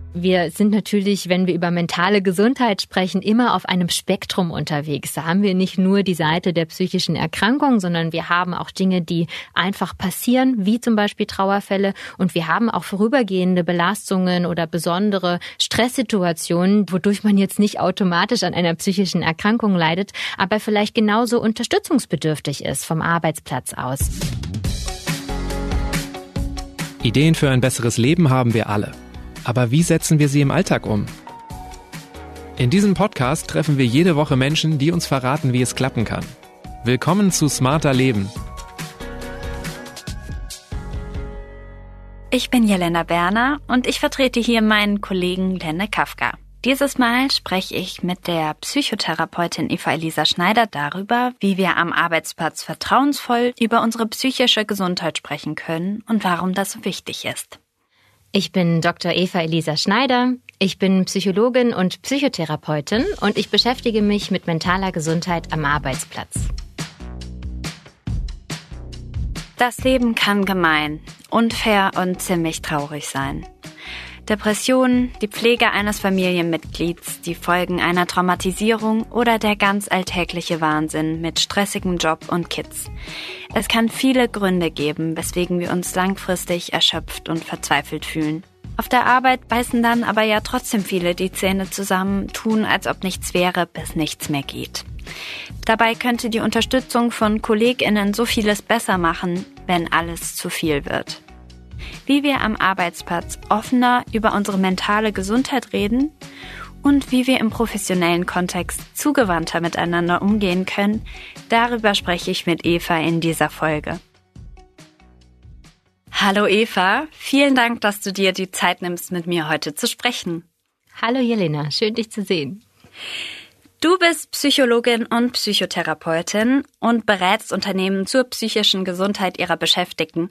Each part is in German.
Wir sind natürlich, wenn wir über mentale Gesundheit sprechen, immer auf einem Spektrum unterwegs. Da haben wir nicht nur die Seite der psychischen Erkrankung, sondern wir haben auch Dinge, die einfach passieren, wie zum Beispiel Trauerfälle. Und wir haben auch vorübergehende Belastungen oder besondere Stresssituationen, wodurch man jetzt nicht automatisch an einer psychischen Erkrankung leidet, aber vielleicht genauso unterstützungsbedürftig ist vom Arbeitsplatz aus. Ideen für ein besseres Leben haben wir alle. Aber wie setzen wir sie im Alltag um? In diesem Podcast treffen wir jede Woche Menschen, die uns verraten, wie es klappen kann. Willkommen zu Smarter Leben. Ich bin Jelena Berner und ich vertrete hier meinen Kollegen Lenne Kafka. Dieses Mal spreche ich mit der Psychotherapeutin Eva-Elisa Schneider darüber, wie wir am Arbeitsplatz vertrauensvoll über unsere psychische Gesundheit sprechen können und warum das so wichtig ist. Ich bin Dr. Eva-Elisa Schneider. Ich bin Psychologin und Psychotherapeutin und ich beschäftige mich mit mentaler Gesundheit am Arbeitsplatz. Das Leben kann gemein, unfair und ziemlich traurig sein. Depressionen, die Pflege eines Familienmitglieds, die Folgen einer Traumatisierung oder der ganz alltägliche Wahnsinn mit stressigem Job und Kids. Es kann viele Gründe geben, weswegen wir uns langfristig erschöpft und verzweifelt fühlen. Auf der Arbeit beißen dann aber ja trotzdem viele die Zähne zusammen, tun, als ob nichts wäre, bis nichts mehr geht. Dabei könnte die Unterstützung von KollegInnen so vieles besser machen, wenn alles zu viel wird. Wie wir am Arbeitsplatz offener über unsere mentale Gesundheit reden und wie wir im professionellen Kontext zugewandter miteinander umgehen können, darüber spreche ich mit Eva in dieser Folge. Hallo Eva, vielen Dank, dass du dir die Zeit nimmst, mit mir heute zu sprechen. Hallo Jelena, schön dich zu sehen. Du bist Psychologin und Psychotherapeutin und berätst Unternehmen zur psychischen Gesundheit ihrer Beschäftigten.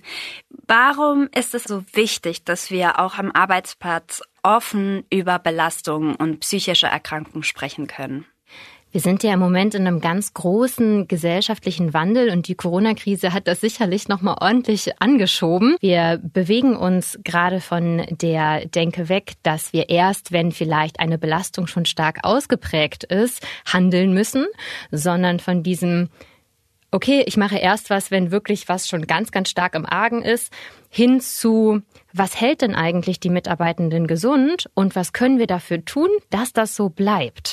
Warum ist es so wichtig, dass wir auch am Arbeitsplatz offen über Belastungen und psychische Erkrankungen sprechen können? Wir sind ja im Moment in einem ganz großen gesellschaftlichen Wandel und die Corona-Krise hat das sicherlich nochmal ordentlich angeschoben. Wir bewegen uns gerade von der Denke weg, dass wir erst, wenn vielleicht eine Belastung schon stark ausgeprägt ist, handeln müssen, sondern von diesem, okay, ich mache erst was, wenn wirklich was schon ganz, ganz stark im Argen ist, hin zu, was hält denn eigentlich die Mitarbeitenden gesund und was können wir dafür tun, dass das so bleibt?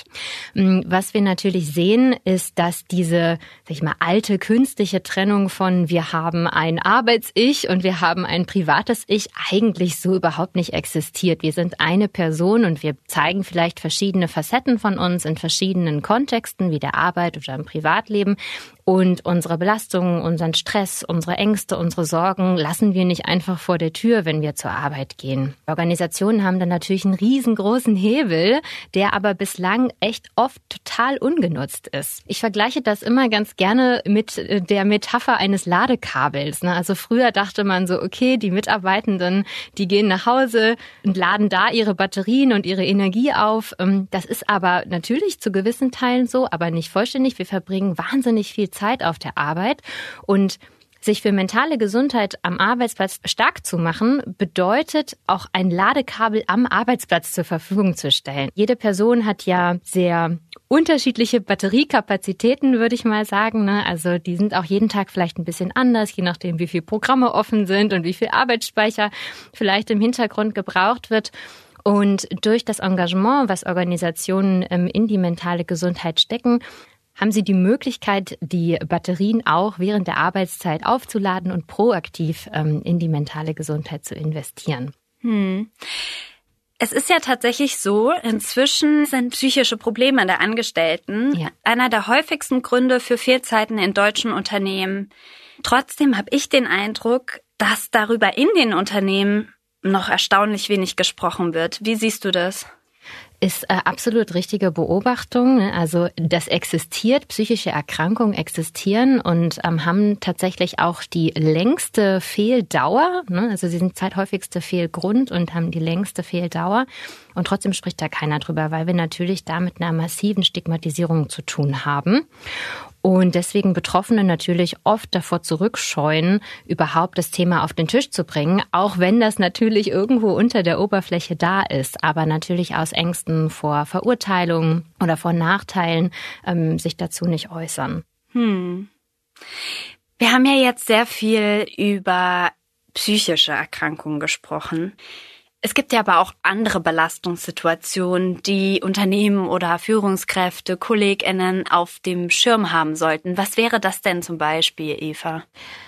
Was wir natürlich sehen, ist, dass diese, alte künstliche Trennung von wir haben ein Arbeits-Ich und wir haben ein privates Ich eigentlich so überhaupt nicht existiert. Wir sind eine Person und wir zeigen vielleicht verschiedene Facetten von uns in verschiedenen Kontexten, wie der Arbeit oder im Privatleben. Und unsere Belastungen, unseren Stress, unsere Ängste, unsere Sorgen lassen wir nicht einfach vor der Tür, wenn wir zur Arbeit gehen. Organisationen haben dann natürlich einen riesengroßen Hebel, der aber bislang echt oft total ungenutzt ist. Ich vergleiche das immer ganz gerne mit der Metapher eines Ladekabels. Also früher dachte man so, okay, die Mitarbeitenden, die gehen nach Hause und laden da ihre Batterien und ihre Energie auf. Das ist aber natürlich zu gewissen Teilen so, aber nicht vollständig. Wir verbringen wahnsinnig viel Zeit auf der Arbeit und sich für mentale Gesundheit am Arbeitsplatz stark zu machen, bedeutet auch ein Ladekabel am Arbeitsplatz zur Verfügung zu stellen. Jede Person hat ja sehr unterschiedliche Batteriekapazitäten, würde ich mal sagen. Also die sind auch jeden Tag vielleicht ein bisschen anders, je nachdem, wie viele Programme offen sind und wie viel Arbeitsspeicher vielleicht im Hintergrund gebraucht wird. Und durch das Engagement, was Organisationen in die mentale Gesundheit stecken, haben sie die Möglichkeit, die Batterien auch während der Arbeitszeit aufzuladen und proaktiv in die mentale Gesundheit zu investieren. Es ist ja tatsächlich so, inzwischen sind psychische Probleme der Angestellten einer der häufigsten Gründe für Fehlzeiten in deutschen Unternehmen. Trotzdem habe ich den Eindruck, dass darüber in den Unternehmen noch erstaunlich wenig gesprochen wird. Wie siehst du das? Ist absolut richtige Beobachtung. Also das existiert, psychische Erkrankungen existieren und haben tatsächlich auch die längste Fehldauer. Also sie sind zweithäufigste Fehlgrund und haben die längste Fehldauer. Und trotzdem spricht da keiner drüber, weil wir natürlich da mit einer massiven Stigmatisierung zu tun haben. Und deswegen Betroffene natürlich oft davor zurückscheuen, überhaupt das Thema auf den Tisch zu bringen, auch wenn das natürlich irgendwo unter der Oberfläche da ist, aber natürlich aus Ängsten vor Verurteilung oder vor Nachteilen sich dazu nicht äußern. Wir haben ja jetzt sehr viel über psychische Erkrankungen gesprochen. Es gibt ja aber auch andere Belastungssituationen, die Unternehmen oder Führungskräfte, KollegInnen auf dem Schirm haben sollten. Was wäre das denn zum Beispiel, Eva?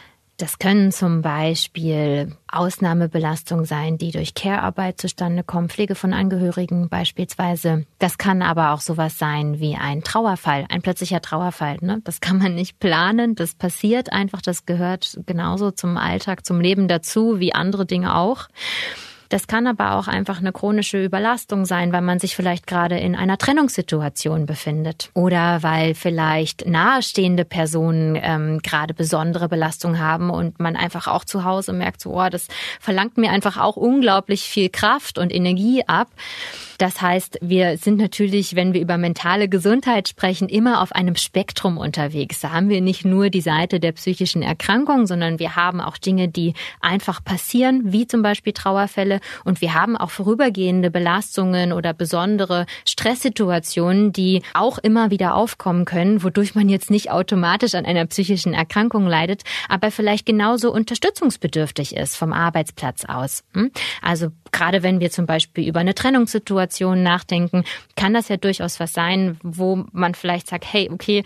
Das können zum Beispiel Ausnahmebelastungen sein, die durch Care-Arbeit zustande kommen, Pflege von Angehörigen beispielsweise. Das kann aber auch sowas sein wie ein Trauerfall, ein plötzlicher Trauerfall. Ne? Das kann man nicht planen, das passiert einfach, das gehört genauso zum Alltag, zum Leben dazu, wie andere Dinge auch. Das kann aber auch einfach eine chronische Überlastung sein, weil man sich vielleicht gerade in einer Trennungssituation befindet oder weil vielleicht nahestehende Personen gerade besondere Belastung haben und man einfach auch zu Hause merkt, so, das verlangt mir einfach auch unglaublich viel Kraft und Energie ab. Das heißt, wir sind natürlich, wenn wir über mentale Gesundheit sprechen, immer auf einem Spektrum unterwegs. Da haben wir nicht nur die Seite der psychischen Erkrankung, sondern wir haben auch Dinge, die einfach passieren, wie zum Beispiel Trauerfälle. Und wir haben auch vorübergehende Belastungen oder besondere Stresssituationen, die auch immer wieder aufkommen können, wodurch man jetzt nicht automatisch an einer psychischen Erkrankung leidet, aber vielleicht genauso unterstützungsbedürftig ist vom Arbeitsplatz aus. Also gerade wenn wir zum Beispiel über eine Trennungssituation nachdenken, kann das ja durchaus was sein, wo man vielleicht sagt, hey, okay,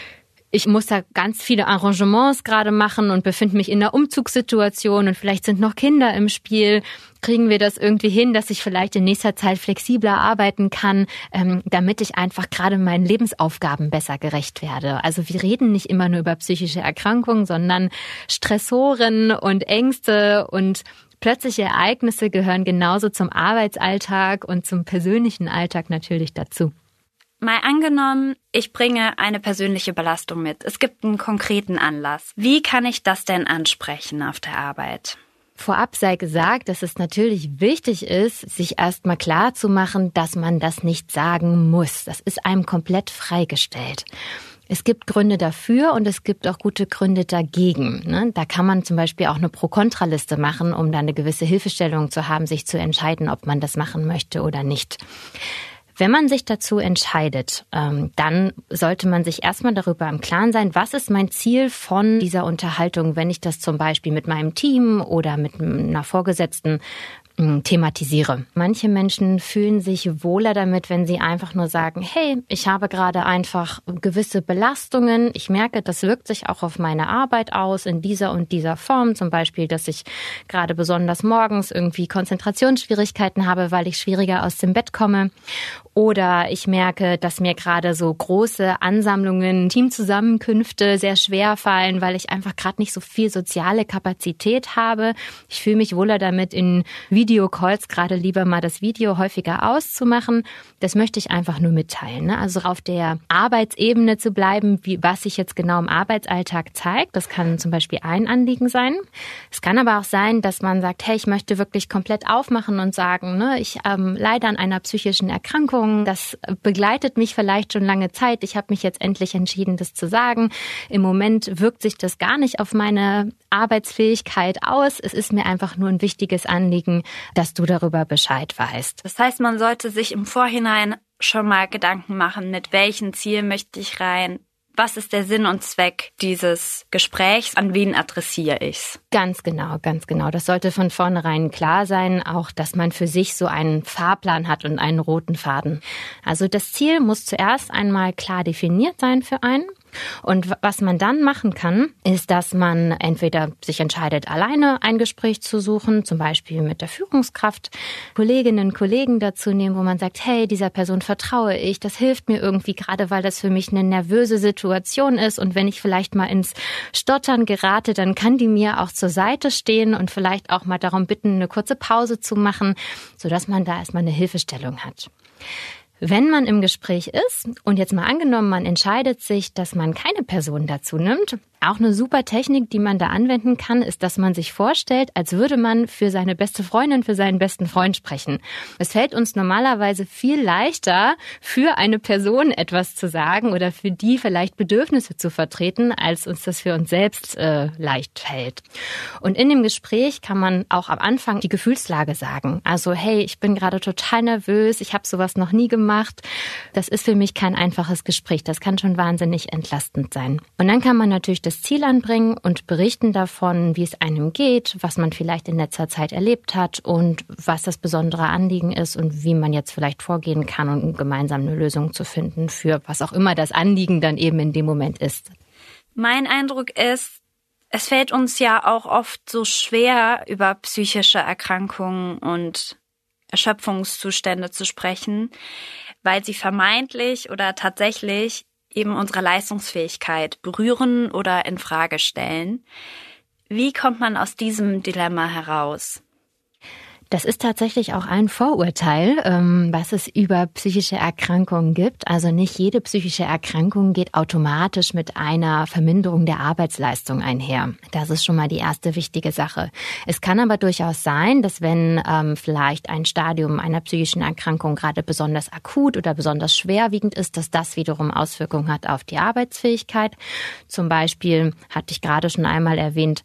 ich muss da ganz viele Arrangements gerade machen und befinde mich in einer Umzugssituation und vielleicht sind noch Kinder im Spiel. Kriegen wir das irgendwie hin, dass ich vielleicht in nächster Zeit flexibler arbeiten kann, damit ich einfach gerade meinen Lebensaufgaben besser gerecht werde? Also wir reden nicht immer nur über psychische Erkrankungen, sondern Stressoren und Ängste und plötzliche Ereignisse gehören genauso zum Arbeitsalltag und zum persönlichen Alltag natürlich dazu. Mal angenommen, ich bringe eine persönliche Belastung mit. Es gibt einen konkreten Anlass. Wie kann ich das denn ansprechen auf der Arbeit? Vorab sei gesagt, dass es natürlich wichtig ist, sich erstmal klar zu machen, dass man das nicht sagen muss. Das ist einem komplett freigestellt. Es gibt Gründe dafür und es gibt auch gute Gründe dagegen. Ne? Da kann man zum Beispiel auch eine Pro-Kontra-Liste machen, um dann eine gewisse Hilfestellung zu haben, sich zu entscheiden, ob man das machen möchte oder nicht. Wenn man sich dazu entscheidet, dann sollte man sich erstmal darüber im Klaren sein, was ist mein Ziel von dieser Unterhaltung, wenn ich das zum Beispiel mit meinem Team oder mit einer Vorgesetzten thematisiere. Manche Menschen fühlen sich wohler damit, wenn sie einfach nur sagen, hey, ich habe gerade einfach gewisse Belastungen. Ich merke, das wirkt sich auch auf meine Arbeit aus in dieser und dieser Form. Zum Beispiel, dass ich gerade besonders morgens irgendwie Konzentrationsschwierigkeiten habe, weil ich schwieriger aus dem Bett komme. Oder ich merke, dass mir gerade so große Ansammlungen, Teamzusammenkünfte sehr schwer fallen, weil ich einfach gerade nicht so viel soziale Kapazität habe. Ich fühle mich wohler damit, in Videocalls gerade lieber mal das Video häufiger auszumachen. Das möchte ich einfach nur mitteilen. Ne? Also auf der Arbeitsebene zu bleiben, was sich jetzt genau im Arbeitsalltag zeigt. Das kann zum Beispiel ein Anliegen sein. Es kann aber auch sein, dass man sagt, hey, ich möchte wirklich komplett aufmachen und sagen, ne, ich leide an einer psychischen Erkrankung. Das begleitet mich vielleicht schon lange Zeit. Ich habe mich jetzt endlich entschieden, das zu sagen. Im Moment wirkt sich das gar nicht auf meine Arbeitsfähigkeit aus. Es ist mir einfach nur ein wichtiges Anliegen, dass du darüber Bescheid weißt. Das heißt, man sollte sich im Vorhinein schon mal Gedanken machen, mit welchem Ziel möchte ich rein? Was ist der Sinn und Zweck dieses Gesprächs? An wen adressiere ich's? Ganz genau, ganz genau. Das sollte von vornherein klar sein, auch dass man für sich so einen Fahrplan hat und einen roten Faden. Also das Ziel muss zuerst einmal klar definiert sein für einen. Und was man dann machen kann, ist, dass man entweder sich entscheidet, alleine ein Gespräch zu suchen, zum Beispiel mit der Führungskraft, Kolleginnen und Kollegen dazu nehmen, wo man sagt, hey, dieser Person vertraue ich, das hilft mir irgendwie gerade, weil das für mich eine nervöse Situation ist und wenn ich vielleicht mal ins Stottern gerate, dann kann die mir auch zur Seite stehen und vielleicht auch mal darum bitten, eine kurze Pause zu machen, sodass man da erstmal eine Hilfestellung hat. Wenn man im Gespräch ist und jetzt mal angenommen, man entscheidet sich, dass man keine Person dazu nimmt, auch eine super Technik, die man da anwenden kann, ist, dass man sich vorstellt, als würde man für seine beste Freundin, für seinen besten Freund sprechen. Es fällt uns normalerweise viel leichter, für eine Person etwas zu sagen oder für die vielleicht Bedürfnisse zu vertreten, als uns das für uns selbst leicht fällt. Und in dem Gespräch kann man auch am Anfang die Gefühlslage sagen. Also, hey, ich bin gerade total nervös, ich habe sowas noch nie gemacht. Das ist für mich kein einfaches Gespräch. Das kann schon wahnsinnig entlastend sein. Und dann kann man natürlich das Ziel anbringen und berichten davon, wie es einem geht, was man vielleicht in letzter Zeit erlebt hat und was das besondere Anliegen ist und wie man jetzt vielleicht vorgehen kann, um gemeinsam eine Lösung zu finden für was auch immer das Anliegen dann eben in dem Moment ist. Mein Eindruck ist, es fällt uns ja auch oft so schwer, über psychische Erkrankungen und Erschöpfungszustände zu sprechen, weil sie vermeintlich oder tatsächlich eben unsere Leistungsfähigkeit berühren oder in Frage stellen. Wie kommt man aus diesem Dilemma heraus? Das ist tatsächlich auch ein Vorurteil, was es über psychische Erkrankungen gibt. Also nicht jede psychische Erkrankung geht automatisch mit einer Verminderung der Arbeitsleistung einher. Das ist schon mal die erste wichtige Sache. Es kann aber durchaus sein, dass wenn vielleicht ein Stadium einer psychischen Erkrankung gerade besonders akut oder besonders schwerwiegend ist, dass das wiederum Auswirkungen hat auf die Arbeitsfähigkeit. Zum Beispiel, hatte ich gerade schon einmal erwähnt,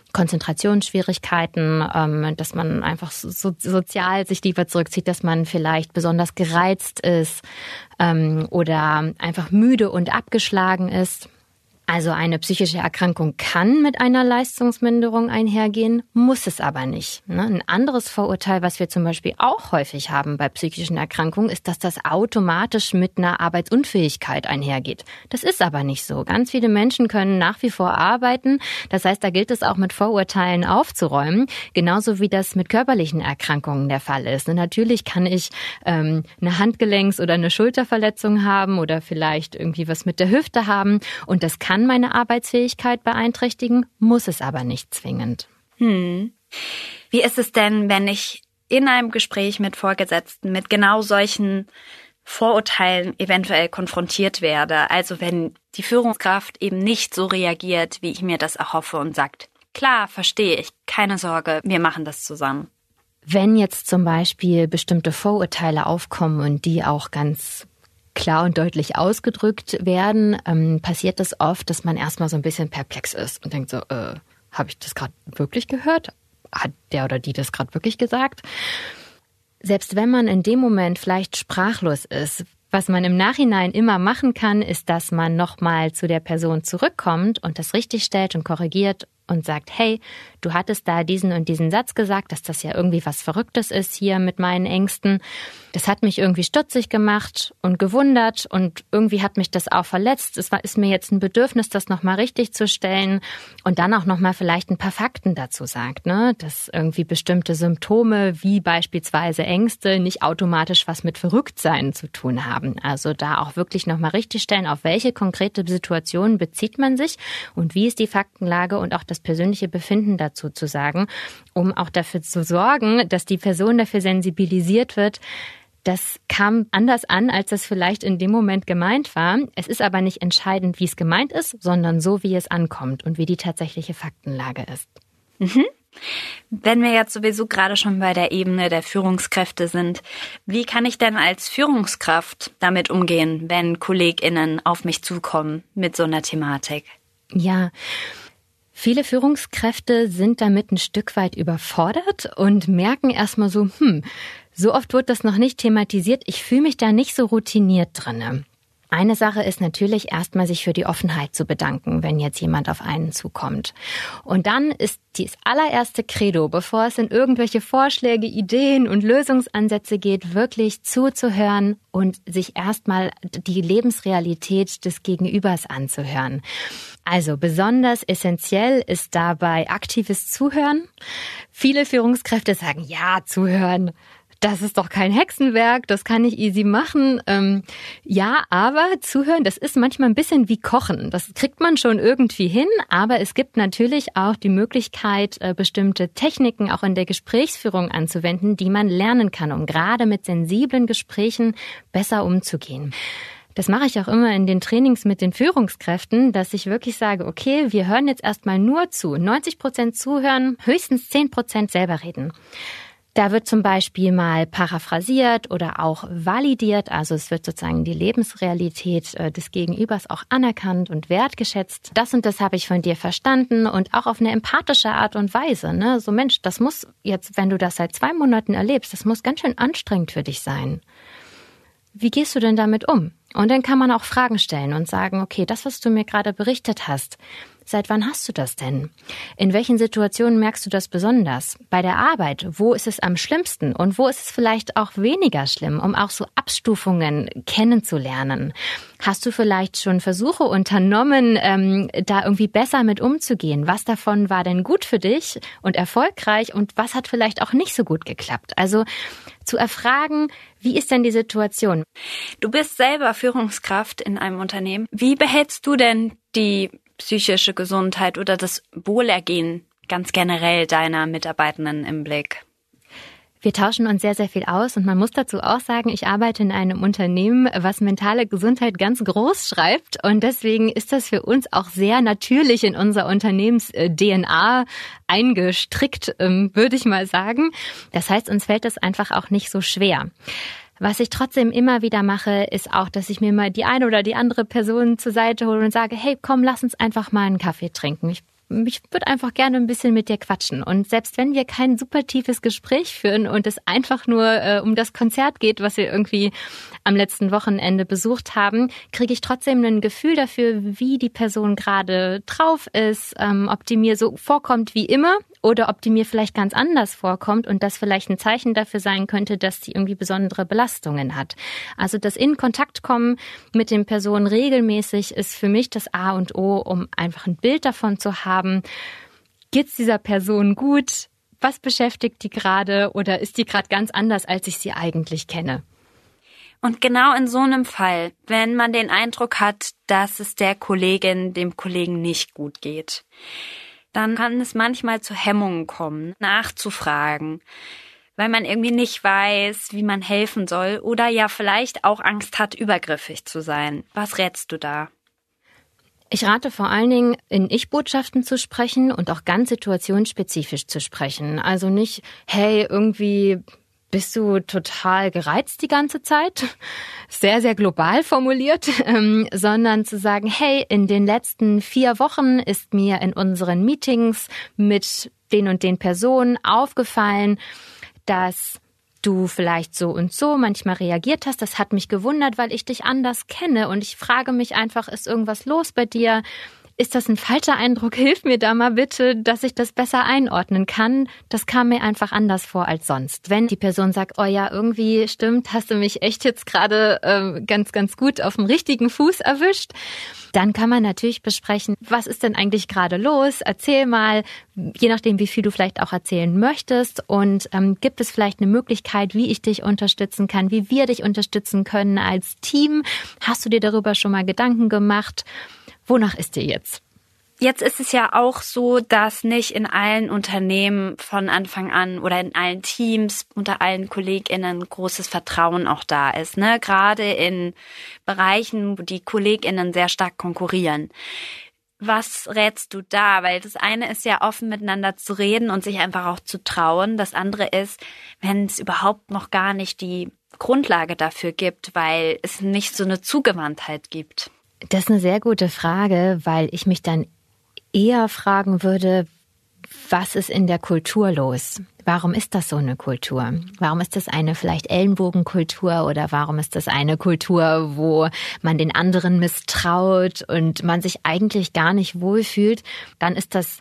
Konzentrationsschwierigkeiten, dass man einfach sozial sich lieber zurückzieht, dass man vielleicht besonders gereizt ist oder einfach müde und abgeschlagen ist. Also eine psychische Erkrankung kann mit einer Leistungsminderung einhergehen, muss es aber nicht. Ein anderes Vorurteil, was wir zum Beispiel auch häufig haben bei psychischen Erkrankungen, ist, dass das automatisch mit einer Arbeitsunfähigkeit einhergeht. Das ist aber nicht so. Ganz viele Menschen können nach wie vor arbeiten. Das heißt, da gilt es auch mit Vorurteilen aufzuräumen, genauso wie das mit körperlichen Erkrankungen der Fall ist. Und natürlich kann ich eine Handgelenks- oder eine Schulterverletzung haben oder vielleicht irgendwie was mit der Hüfte haben und das kann meine Arbeitsfähigkeit beeinträchtigen, muss es aber nicht zwingend. Wie ist es denn, wenn ich in einem Gespräch mit Vorgesetzten mit genau solchen Vorurteilen eventuell konfrontiert werde? Also wenn die Führungskraft eben nicht so reagiert, wie ich mir das erhoffe und sagt, klar, verstehe ich, keine Sorge, wir machen das zusammen. Wenn jetzt zum Beispiel bestimmte Vorurteile aufkommen und die auch ganz klar und deutlich ausgedrückt werden, passiert es oft, dass man erstmal so ein bisschen perplex ist und denkt so, habe ich das gerade wirklich gehört? Hat der oder die das gerade wirklich gesagt? Selbst wenn man in dem Moment vielleicht sprachlos ist, was man im Nachhinein immer machen kann, ist, dass man nochmal zu der Person zurückkommt und das richtigstellt und korrigiert und sagt, hey, du hattest da diesen und diesen Satz gesagt, dass das ja irgendwie was Verrücktes ist hier mit meinen Ängsten. Das hat mich irgendwie stutzig gemacht und gewundert und irgendwie hat mich das auch verletzt. Ist mir jetzt ein Bedürfnis, das nochmal richtig zu stellen und dann auch nochmal vielleicht ein paar Fakten dazu sagt, ne? Dass irgendwie bestimmte Symptome wie beispielsweise Ängste nicht automatisch was mit Verrücktsein zu tun haben. Also da auch wirklich nochmal richtig stellen, auf welche konkrete Situation bezieht man sich und wie ist die Faktenlage und auch das persönliche Befinden dazu zu sagen, um auch dafür zu sorgen, dass die Person dafür sensibilisiert wird. Das kam anders an, als es vielleicht in dem Moment gemeint war. Es ist aber nicht entscheidend, wie es gemeint ist, sondern so, wie es ankommt und wie die tatsächliche Faktenlage ist. Wenn wir jetzt sowieso gerade schon bei der Ebene der Führungskräfte sind, wie kann ich denn als Führungskraft damit umgehen, wenn KollegInnen auf mich zukommen mit so einer Thematik? Ja, viele Führungskräfte sind damit ein Stück weit überfordert und merken erstmal so, so oft wird das noch nicht thematisiert, ich fühle mich da nicht so routiniert drinne. Eine Sache ist natürlich erstmal sich für die Offenheit zu bedanken, wenn jetzt jemand auf einen zukommt. Und dann ist das allererste Credo, bevor es in irgendwelche Vorschläge, Ideen und Lösungsansätze geht, wirklich zuzuhören und sich erstmal die Lebensrealität des Gegenübers anzuhören. Also besonders essentiell ist dabei aktives Zuhören. Viele Führungskräfte sagen, ja, zuhören. das ist doch kein Hexenwerk, das kann ich easy machen. Ja, aber zuhören, das ist manchmal ein bisschen wie Kochen. Das kriegt man schon irgendwie hin, aber es gibt natürlich auch die Möglichkeit, bestimmte Techniken auch in der Gesprächsführung anzuwenden, die man lernen kann, um gerade mit sensiblen Gesprächen besser umzugehen. Das mache ich auch immer in den Trainings mit den Führungskräften, dass ich wirklich sage, okay, wir hören jetzt erstmal nur zu. 90% zuhören, höchstens 10% selber reden. Da wird zum Beispiel mal paraphrasiert oder auch validiert, also es wird sozusagen die Lebensrealität des Gegenübers auch anerkannt und wertgeschätzt. Das und das habe ich von dir verstanden und auch auf eine empathische Art und Weise. Ne? So Mensch, das muss jetzt, wenn du das seit 2 Monaten erlebst, das muss ganz schön anstrengend für dich sein. Wie gehst du denn damit um? Und dann kann man auch Fragen stellen und sagen, okay, das, was du mir gerade berichtet hast, seit wann hast du das denn? In welchen Situationen merkst du das besonders? Bei der Arbeit, wo ist es am schlimmsten und wo ist es vielleicht auch weniger schlimm, um auch so Abstufungen kennenzulernen? Hast du vielleicht schon Versuche unternommen, da irgendwie besser mit umzugehen? Was davon war denn gut für dich und erfolgreich und was hat vielleicht auch nicht so gut geklappt? Also zu erfragen, wie ist denn die Situation? Du bist selber Führungskraft in einem Unternehmen. Wie behältst du denn die psychische Gesundheit oder das Wohlergehen ganz generell deiner Mitarbeitenden im Blick? Wir tauschen uns sehr, sehr viel aus und man muss dazu auch sagen, ich arbeite in einem Unternehmen, was mentale Gesundheit ganz groß schreibt und deswegen ist das für uns auch sehr natürlich in unser Unternehmens-DNA eingestrickt, würde ich mal sagen. Das heißt, uns fällt das einfach auch nicht so schwer. Was ich trotzdem immer wieder mache, ist auch, dass ich mir mal die eine oder die andere Person zur Seite hole und sage, hey, komm, lass uns einfach mal einen Kaffee trinken. Ich würde einfach gerne ein bisschen mit dir quatschen. Und selbst wenn wir kein super tiefes Gespräch führen und es einfach nur um das Konzert geht, was wir irgendwie am letzten Wochenende besucht haben, kriege ich trotzdem ein Gefühl dafür, wie die Person gerade drauf ist, ob die mir so vorkommt wie immer oder ob die mir vielleicht ganz anders vorkommt und das vielleicht ein Zeichen dafür sein könnte, dass die irgendwie besondere Belastungen hat. Also das in Kontakt kommen mit den Personen regelmäßig ist für mich das A und O, um einfach ein Bild davon zu haben, geht's dieser Person gut? Was beschäftigt die gerade oder ist die gerade ganz anders, als ich sie eigentlich kenne? Und genau in so einem Fall, wenn man den Eindruck hat, dass es der Kollegin, dem Kollegen nicht gut geht, dann kann es manchmal zu Hemmungen kommen, nachzufragen, weil man irgendwie nicht weiß, wie man helfen soll oder ja vielleicht auch Angst hat, übergriffig zu sein. Was rätst du da? Ich rate vor allen Dingen, in Ich-Botschaften zu sprechen und auch ganz situationsspezifisch zu sprechen. Also nicht, hey, irgendwie bist du total gereizt die ganze Zeit? Sehr, sehr global formuliert, sondern zu sagen, hey, in den letzten 4 Wochen ist mir in unseren Meetings mit den und den Personen aufgefallen, dass du vielleicht so und so manchmal reagiert hast. Das hat mich gewundert, weil ich dich anders kenne und ich frage mich einfach, ist irgendwas los bei dir? Ist das ein falscher Eindruck? Hilf mir da mal bitte, dass ich das besser einordnen kann. Das kam mir einfach anders vor als sonst. Wenn die Person sagt, oh ja, irgendwie stimmt, hast du mich echt jetzt gerade ganz, ganz gut auf dem richtigen Fuß erwischt, dann kann man natürlich besprechen, was ist denn eigentlich gerade los? Erzähl mal, je nachdem, wie viel du vielleicht auch erzählen möchtest. Und gibt es vielleicht eine Möglichkeit, wie ich dich unterstützen kann, wie wir dich unterstützen können als Team? Hast du dir darüber schon mal Gedanken gemacht? Wonach ist dir jetzt? Jetzt ist es ja auch so, dass nicht in allen Unternehmen von Anfang an oder in allen Teams unter allen KollegInnen großes Vertrauen auch da ist, ne? Gerade in Bereichen, wo die KollegInnen sehr stark konkurrieren. Was rätst du da? Weil das eine ist ja offen miteinander zu reden und sich einfach auch zu trauen. Das andere ist, wenn es überhaupt noch gar nicht die Grundlage dafür gibt, weil es nicht so eine Zugewandtheit gibt. Das ist eine sehr gute Frage, weil ich mich dann eher fragen würde, was ist in der Kultur los? Warum ist das so eine Kultur? Warum ist das eine vielleicht Ellenbogenkultur oder warum ist das eine Kultur, wo man den anderen misstraut und man sich eigentlich gar nicht wohlfühlt? Dann ist das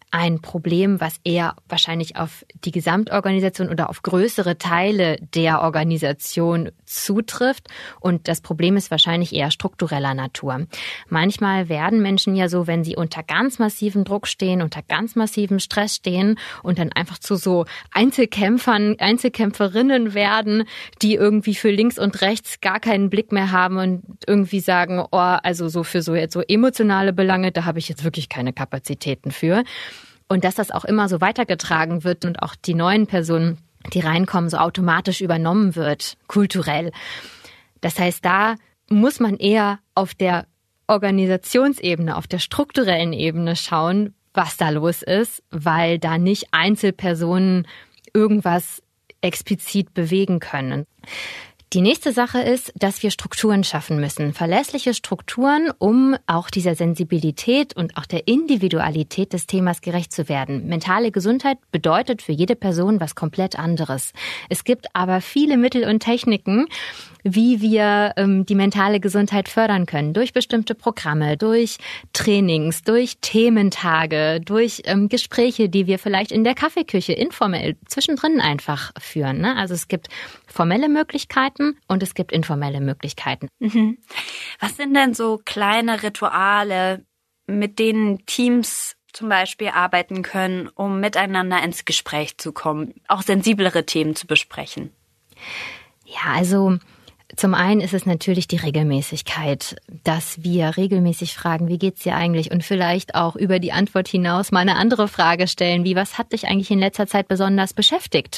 ein Problem, was eher wahrscheinlich auf die Gesamtorganisation oder auf größere Teile der Organisation zutrifft. Und das Problem ist wahrscheinlich eher struktureller Natur. Manchmal werden Menschen ja so, wenn sie unter ganz massivem Druck stehen, unter ganz massivem Stress stehen und dann einfach zu so Einzelkämpfern, Einzelkämpferinnen werden, die irgendwie für links und rechts gar keinen Blick mehr haben und irgendwie sagen, oh, also so für so jetzt so emotionale Belange, da habe ich jetzt wirklich keine Kapazitäten für. Und dass das auch immer so weitergetragen wird und auch die neuen Personen, die reinkommen, so automatisch übernommen wird, kulturell. Das heißt, da muss man eher auf der Organisationsebene, auf der strukturellen Ebene schauen, was da los ist, weil da nicht Einzelpersonen irgendwas explizit bewegen können. Die nächste Sache ist, dass wir Strukturen schaffen müssen, verlässliche Strukturen, um auch dieser Sensibilität und auch der Individualität des Themas gerecht zu werden. Mentale Gesundheit bedeutet für jede Person was komplett anderes. Es gibt aber viele Mittel und Techniken, wie wir die mentale Gesundheit fördern können. Durch bestimmte Programme, durch Trainings, durch Thementage, durch Gespräche, die wir vielleicht in der Kaffeeküche informell zwischendrin einfach führen. Ne? Also es gibt formelle Möglichkeiten und es gibt informelle Möglichkeiten. Mhm. Was sind denn so kleine Rituale, mit denen Teams zum Beispiel arbeiten können, um miteinander ins Gespräch zu kommen, auch sensiblere Themen zu besprechen? Ja, also zum einen ist es natürlich die Regelmäßigkeit, dass wir regelmäßig fragen, wie geht's dir eigentlich? Und vielleicht auch über die Antwort hinaus mal eine andere Frage stellen, wie was hat dich eigentlich in letzter Zeit besonders beschäftigt?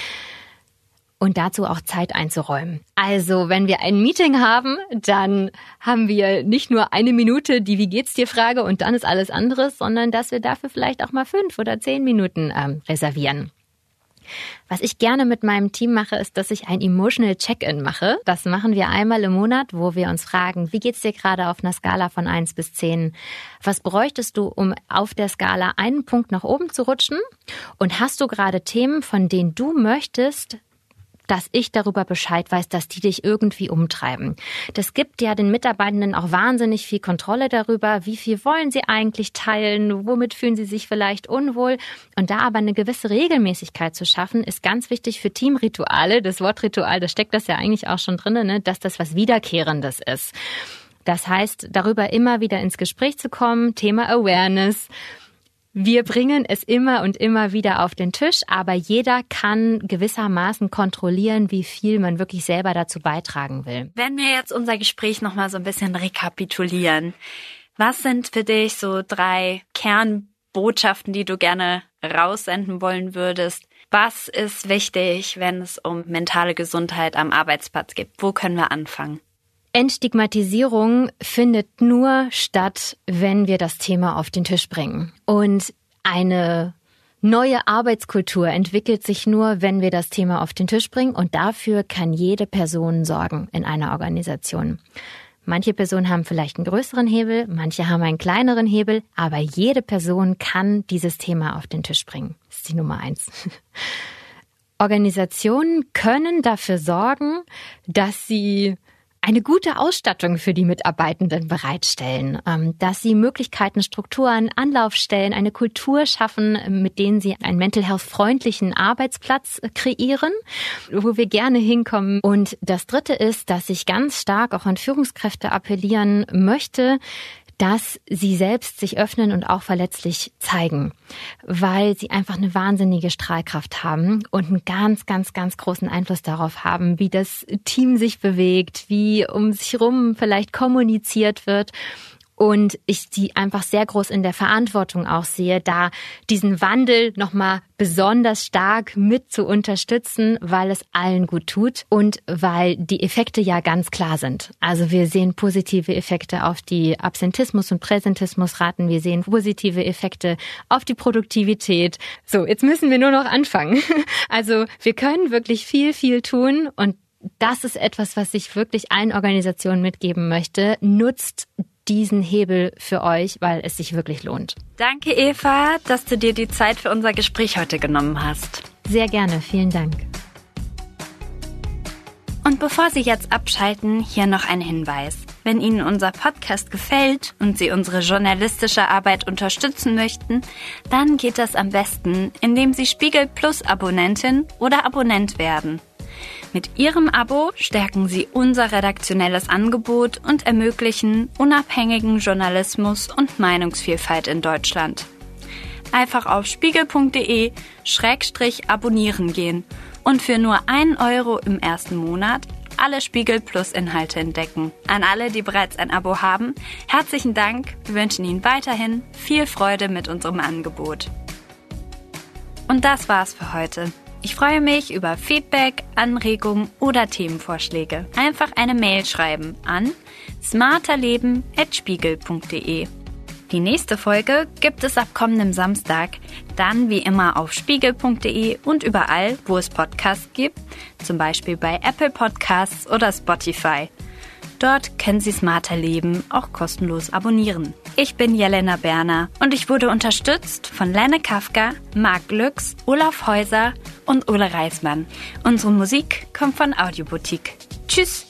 Und dazu auch Zeit einzuräumen. Also, wenn wir ein Meeting haben, dann haben wir nicht nur 1 Minute die Wie geht's dir Frage und dann ist alles anderes, sondern dass wir dafür vielleicht auch mal 5 oder 10 Minuten reservieren. Was ich gerne mit meinem Team mache, ist, dass ich ein Emotional Check-in mache. Das machen wir einmal im Monat, wo wir uns fragen, wie geht's dir gerade auf einer Skala von 1 bis 10? Was bräuchtest du, um auf der Skala einen Punkt nach oben zu rutschen? Und hast du gerade Themen, von denen du möchtest, dass ich darüber Bescheid weiß, dass die dich irgendwie umtreiben. Das gibt ja den Mitarbeitenden auch wahnsinnig viel Kontrolle darüber, wie viel wollen sie eigentlich teilen, womit fühlen sie sich vielleicht unwohl. Und da aber eine gewisse Regelmäßigkeit zu schaffen, ist ganz wichtig für Teamrituale. Das Wort Ritual, da steckt das ja eigentlich auch schon drin, ne? Dass das was Wiederkehrendes ist. Das heißt, darüber immer wieder ins Gespräch zu kommen, Thema Awareness. Wir bringen es immer und immer wieder auf den Tisch, aber jeder kann gewissermaßen kontrollieren, wie viel man wirklich selber dazu beitragen will. Wenn wir jetzt unser Gespräch nochmal so ein bisschen rekapitulieren, was sind für dich so 3 Kernbotschaften, die du gerne raussenden wollen würdest? Was ist wichtig, wenn es um mentale Gesundheit am Arbeitsplatz geht? Wo können wir anfangen? Entstigmatisierung findet nur statt, wenn wir das Thema auf den Tisch bringen. Und eine neue Arbeitskultur entwickelt sich nur, wenn wir das Thema auf den Tisch bringen. Und dafür kann jede Person sorgen in einer Organisation. Manche Personen haben vielleicht einen größeren Hebel, manche haben einen kleineren Hebel, aber jede Person kann dieses Thema auf den Tisch bringen. Das ist die Nummer 1. Organisationen können dafür sorgen, dass sie eine gute Ausstattung für die Mitarbeitenden bereitstellen, dass sie Möglichkeiten, Strukturen, Anlaufstellen, eine Kultur schaffen, mit denen sie einen mental health freundlichen Arbeitsplatz kreieren, wo wir gerne hinkommen. Und das 3. ist, dass ich ganz stark auch an Führungskräfte appellieren möchte, dass sie selbst sich öffnen und auch verletzlich zeigen, weil sie einfach eine wahnsinnige Strahlkraft haben und einen ganz, ganz, ganz großen Einfluss darauf haben, wie das Team sich bewegt, wie um sich herum vielleicht kommuniziert wird. Und ich die einfach sehr groß in der Verantwortung auch sehe, da diesen Wandel nochmal besonders stark mit zu unterstützen, weil es allen gut tut und weil die Effekte ja ganz klar sind. Also wir sehen positive Effekte auf die Absentismus- und Präsentismusraten, wir sehen positive Effekte auf die Produktivität. So, jetzt müssen wir nur noch anfangen. Also wir können wirklich viel, viel tun und das ist etwas, was ich wirklich allen Organisationen mitgeben möchte. Nutzt diesen Hebel für euch, weil es sich wirklich lohnt. Danke, Eva, dass du dir die Zeit für unser Gespräch heute genommen hast. Sehr gerne, vielen Dank. Und bevor Sie jetzt abschalten, hier noch ein Hinweis. Wenn Ihnen unser Podcast gefällt und Sie unsere journalistische Arbeit unterstützen möchten, dann geht das am besten, indem Sie Spiegel Plus Abonnentin oder Abonnent werden. Mit Ihrem Abo stärken Sie unser redaktionelles Angebot und ermöglichen unabhängigen Journalismus und Meinungsvielfalt in Deutschland. Einfach auf spiegel.de/abonnieren gehen und für nur 1 Euro im ersten Monat alle Spiegel Plus Inhalte entdecken. An alle, die bereits ein Abo haben, herzlichen Dank. Wir wünschen Ihnen weiterhin viel Freude mit unserem Angebot. Und das war's für heute. Ich freue mich über Feedback, Anregungen oder Themenvorschläge. Einfach eine Mail schreiben an smarterleben@spiegel.de. Die nächste Folge gibt es ab kommendem Samstag, dann wie immer auf spiegel.de und überall, wo es Podcasts gibt, zum Beispiel bei Apple Podcasts oder Spotify. Dort können Sie Smarter Leben auch kostenlos abonnieren. Ich bin Jelena Berner und ich wurde unterstützt von Lenne Kafka, Marc Lüx, Olaf Häuser und Ole Reismann. Unsere Musik kommt von Audioboutique. Tschüss!